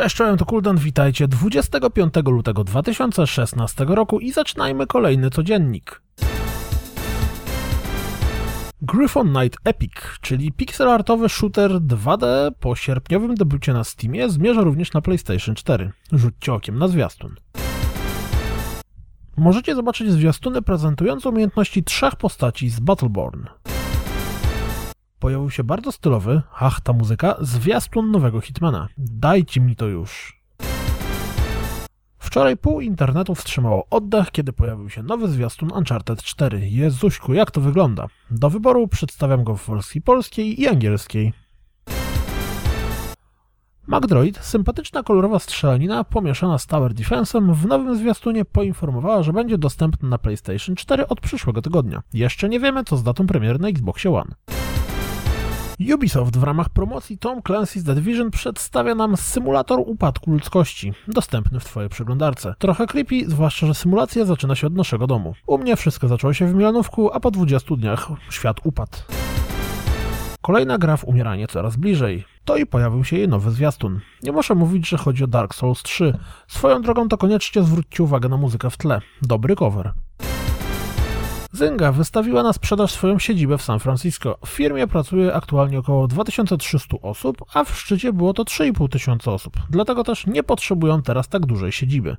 Cześć, czołem, to Kuldan, witajcie 25 lutego 2016 roku i zaczynajmy kolejny codziennik. Gryphon Knight Epic, czyli pixelartowy shooter 2D po sierpniowym debiucie na Steamie, zmierza również na PlayStation 4. Rzućcie okiem na zwiastun. Możecie zobaczyć zwiastuny prezentujące umiejętności 3 postaci z Battleborn. Pojawił się bardzo stylowy, ta muzyka, zwiastun nowego Hitmana. Dajcie mi to już. Wczoraj pół internetu wstrzymało oddech, kiedy pojawił się nowy zwiastun Uncharted 4. Jezuśku, jak to wygląda? Do wyboru przedstawiam go w wersji polskiej i angielskiej. MacDroid, sympatyczna kolorowa strzelanina pomieszana z Tower Defense'em, w nowym zwiastunie poinformowała, że będzie dostępna na PlayStation 4 od przyszłego tygodnia. Jeszcze nie wiemy, co z datą premiery na Xboxie One. Ubisoft w ramach promocji Tom Clancy's The Division przedstawia nam symulator upadku ludzkości, dostępny w Twojej przeglądarce. Trochę creepy, zwłaszcza, że symulacja zaczyna się od naszego domu. U mnie wszystko zaczęło się w Milanówku, a po 20 dniach świat upadł. Kolejna gra w umieranie coraz bliżej. To i pojawił się jej nowy zwiastun. Nie muszę mówić, że chodzi o Dark Souls 3. Swoją drogą to koniecznie zwróćcie uwagę na muzykę w tle. Dobry cover. Zynga wystawiła na sprzedaż swoją siedzibę w San Francisco. W firmie pracuje aktualnie około 2300 osób, a w szczycie było to 3500 osób. Dlatego też nie potrzebują teraz tak dużej siedziby.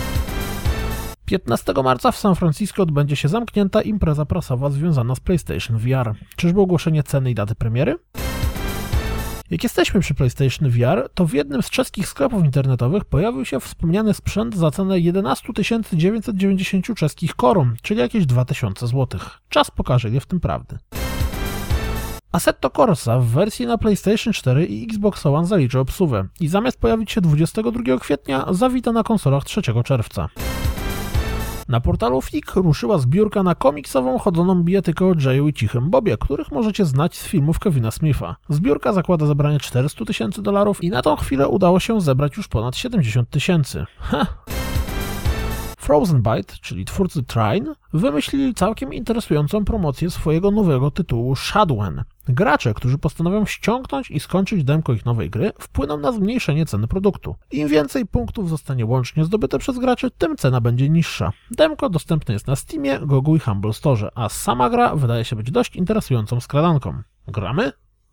15 marca w San Francisco odbędzie się zamknięta impreza prasowa związana z PlayStation VR. Czyżby ogłoszenie ceny i daty premiery? Jak jesteśmy przy PlayStation VR, to w jednym z czeskich sklepów internetowych pojawił się wspomniany sprzęt za cenę 11 990 czeskich koron, czyli jakieś 2000 zł. Czas pokaże, ile w tym prawdy. Assetto Corsa w wersji na PlayStation 4 i Xbox One zaliczy obsługę i zamiast pojawić się 22 kwietnia, zawita na konsolach 3 czerwca. Na portalu Flick ruszyła zbiórka na komiksową chodzoną bijatykę o Jayu i Cichym Bobie, których możecie znać z filmów Kevina Smitha. Zbiórka zakłada zebranie $400 000 i na tą chwilę udało się zebrać już ponad 70 000. Frozen Byte, czyli twórcy Trine, wymyślili całkiem interesującą promocję swojego nowego tytułu Shadwen. Gracze, którzy postanowią ściągnąć i skończyć demko ich nowej gry, wpłyną na zmniejszenie ceny produktu. Im więcej punktów zostanie łącznie zdobyte przez graczy, tym cena będzie niższa. Demko dostępne jest na Steamie, Gogu i Humble Store, a sama gra wydaje się być dość interesującą skradanką. Gramy?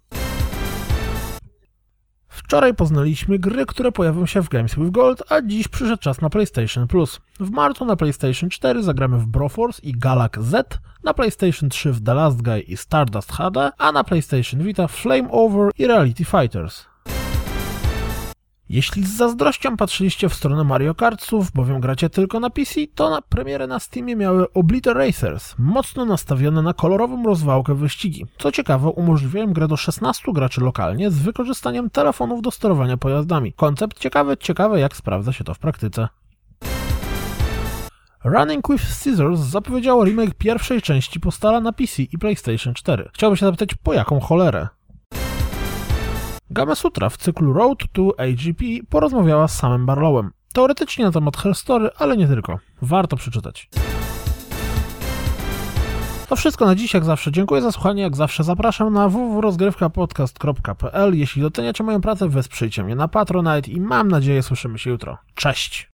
Wczoraj poznaliśmy gry, które pojawią się w Games with Gold, a dziś przyszedł czas na PlayStation Plus. W marcu na PlayStation 4 zagramy w Broforce i Galax Z, na PlayStation 3 w The Last Guy i Stardust HD, a na PlayStation Vita Flame Over i Reality Fighters. Jeśli z zazdrością patrzyliście w stronę Mario Kartsów, bowiem gracie tylko na PC, to na premierę na Steamie miały Obliteracers, mocno nastawione na kolorową rozwałkę wyścigi. Co ciekawe, umożliwiają grę do 16 graczy lokalnie z wykorzystaniem telefonów do sterowania pojazdami. Koncept ciekawy jak sprawdza się to w praktyce. Running with Scissors zapowiedziało remake pierwszej części Postala na PC i PlayStation 4. Chciałbym się zapytać, po jaką cholerę? Gamasutra w cyklu Road to AGP porozmawiała z Samem Barlowem. Teoretycznie na temat Herstory, ale nie tylko. Warto przeczytać. To wszystko na dziś, jak zawsze. Dziękuję za słuchanie, jak zawsze zapraszam na www.rozgrywkapodcast.pl. Jeśli doceniacie moją pracę, wesprzyjcie mnie na Patronite i mam nadzieję słyszymy się jutro. Cześć!